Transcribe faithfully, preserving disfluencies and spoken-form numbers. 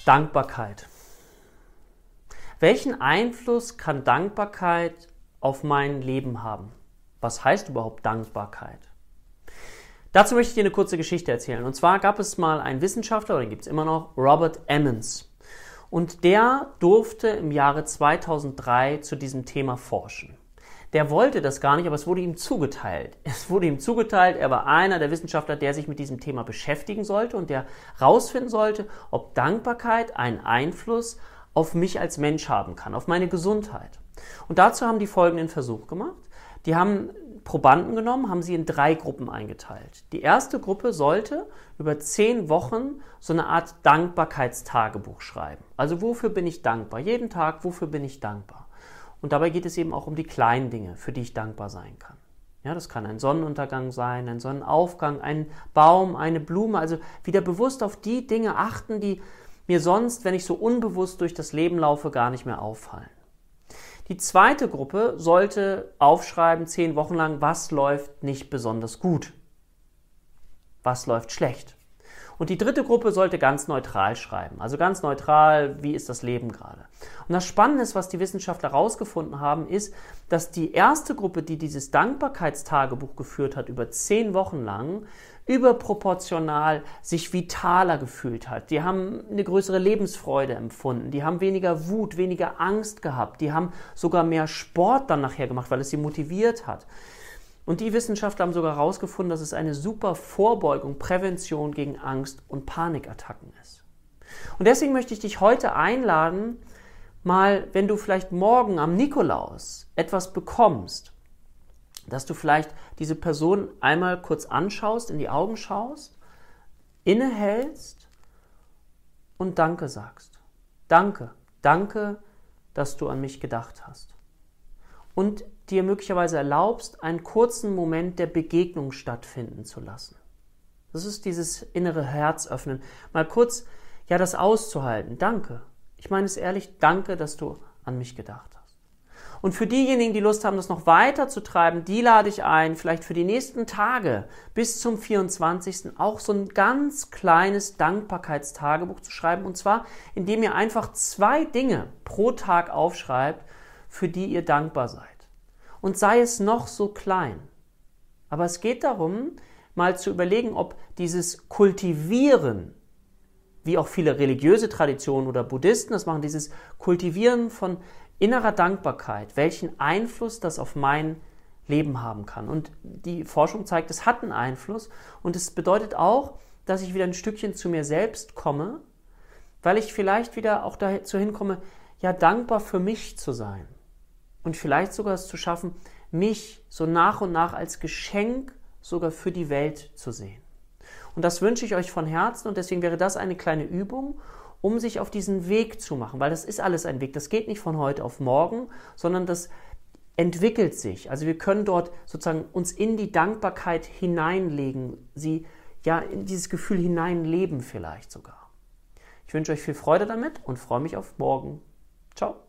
Dankbarkeit. Welchen Einfluss kann Dankbarkeit auf mein Leben haben? Was heißt überhaupt Dankbarkeit? Dazu möchte ich dir eine kurze Geschichte erzählen. Und zwar gab es mal einen Wissenschaftler, oder den gibt es immer noch, Robert Emmons. Und der durfte im Jahre zweitausenddrei zu diesem Thema forschen. Der wollte das gar nicht, aber es wurde ihm zugeteilt. Es wurde ihm zugeteilt, er war einer der Wissenschaftler, der sich mit diesem Thema beschäftigen sollte und der herausfinden sollte, ob Dankbarkeit einen Einfluss auf mich als Mensch haben kann, auf meine Gesundheit. Und dazu haben die folgenden Versuch gemacht. Die haben Probanden genommen, haben sie in drei Gruppen eingeteilt. Die erste Gruppe sollte über zehn Wochen so eine Art Dankbarkeitstagebuch schreiben. Also wofür bin ich dankbar? Jeden Tag, wofür bin ich dankbar? Und dabei geht es eben auch um die kleinen Dinge, für die ich dankbar sein kann. Ja, das kann ein Sonnenuntergang sein, ein Sonnenaufgang, ein Baum, eine Blume. Also wieder bewusst auf die Dinge achten, die mir sonst, wenn ich so unbewusst durch das Leben laufe, gar nicht mehr auffallen. Die zweite Gruppe sollte aufschreiben, zehn Wochen lang, was läuft nicht besonders gut, was läuft schlecht. Und die dritte Gruppe sollte ganz neutral schreiben, also ganz neutral, wie ist das Leben gerade. Und das Spannende ist, was die Wissenschaftler herausgefunden haben, ist, dass die erste Gruppe, die dieses Dankbarkeitstagebuch geführt hat, über zehn Wochen lang, überproportional sich vitaler gefühlt hat. Die haben eine größere Lebensfreude empfunden, die haben weniger Wut, weniger Angst gehabt, die haben sogar mehr Sport dann nachher gemacht, weil es sie motiviert hat. Und die Wissenschaftler haben sogar herausgefunden, dass es eine super Vorbeugung, Prävention gegen Angst- und Panikattacken ist. Und deswegen möchte ich dich heute einladen, mal, wenn du vielleicht morgen am Nikolaus etwas bekommst, dass du vielleicht diese Person einmal kurz anschaust, in die Augen schaust, innehältst und Danke sagst. Danke, danke, dass du an mich gedacht hast. Und dir möglicherweise erlaubst, einen kurzen Moment der Begegnung stattfinden zu lassen. Das ist dieses innere Herzöffnen. Mal kurz, ja, das auszuhalten. Danke. Ich meine es ehrlich, danke, dass du an mich gedacht hast. Und für diejenigen, die Lust haben, das noch weiter zu treiben, die lade ich ein, vielleicht für die nächsten Tage bis zum vierundzwanzigsten auch so ein ganz kleines Dankbarkeitstagebuch zu schreiben. Und zwar, indem ihr einfach zwei Dinge pro Tag aufschreibt, für die ihr dankbar seid. Und sei es noch so klein. Aber es geht darum, mal zu überlegen, ob dieses Kultivieren, wie auch viele religiöse Traditionen oder Buddhisten das machen, dieses Kultivieren von innerer Dankbarkeit, welchen Einfluss das auf mein Leben haben kann. Und die Forschung zeigt, es hat einen Einfluss und es bedeutet auch, dass ich wieder ein Stückchen zu mir selbst komme, weil ich vielleicht wieder auch dazu hinkomme, ja, dankbar für mich zu sein. Und vielleicht sogar es zu schaffen, mich so nach und nach als Geschenk sogar für die Welt zu sehen. Und das wünsche ich euch von Herzen und deswegen wäre das eine kleine Übung, um sich auf diesen Weg zu machen, weil das ist alles ein Weg. Das geht nicht von heute auf morgen, sondern das entwickelt sich. Also wir können dort sozusagen uns in die Dankbarkeit hineinlegen, sie ja in dieses Gefühl hineinleben vielleicht sogar. Ich wünsche euch viel Freude damit und freue mich auf morgen. Ciao.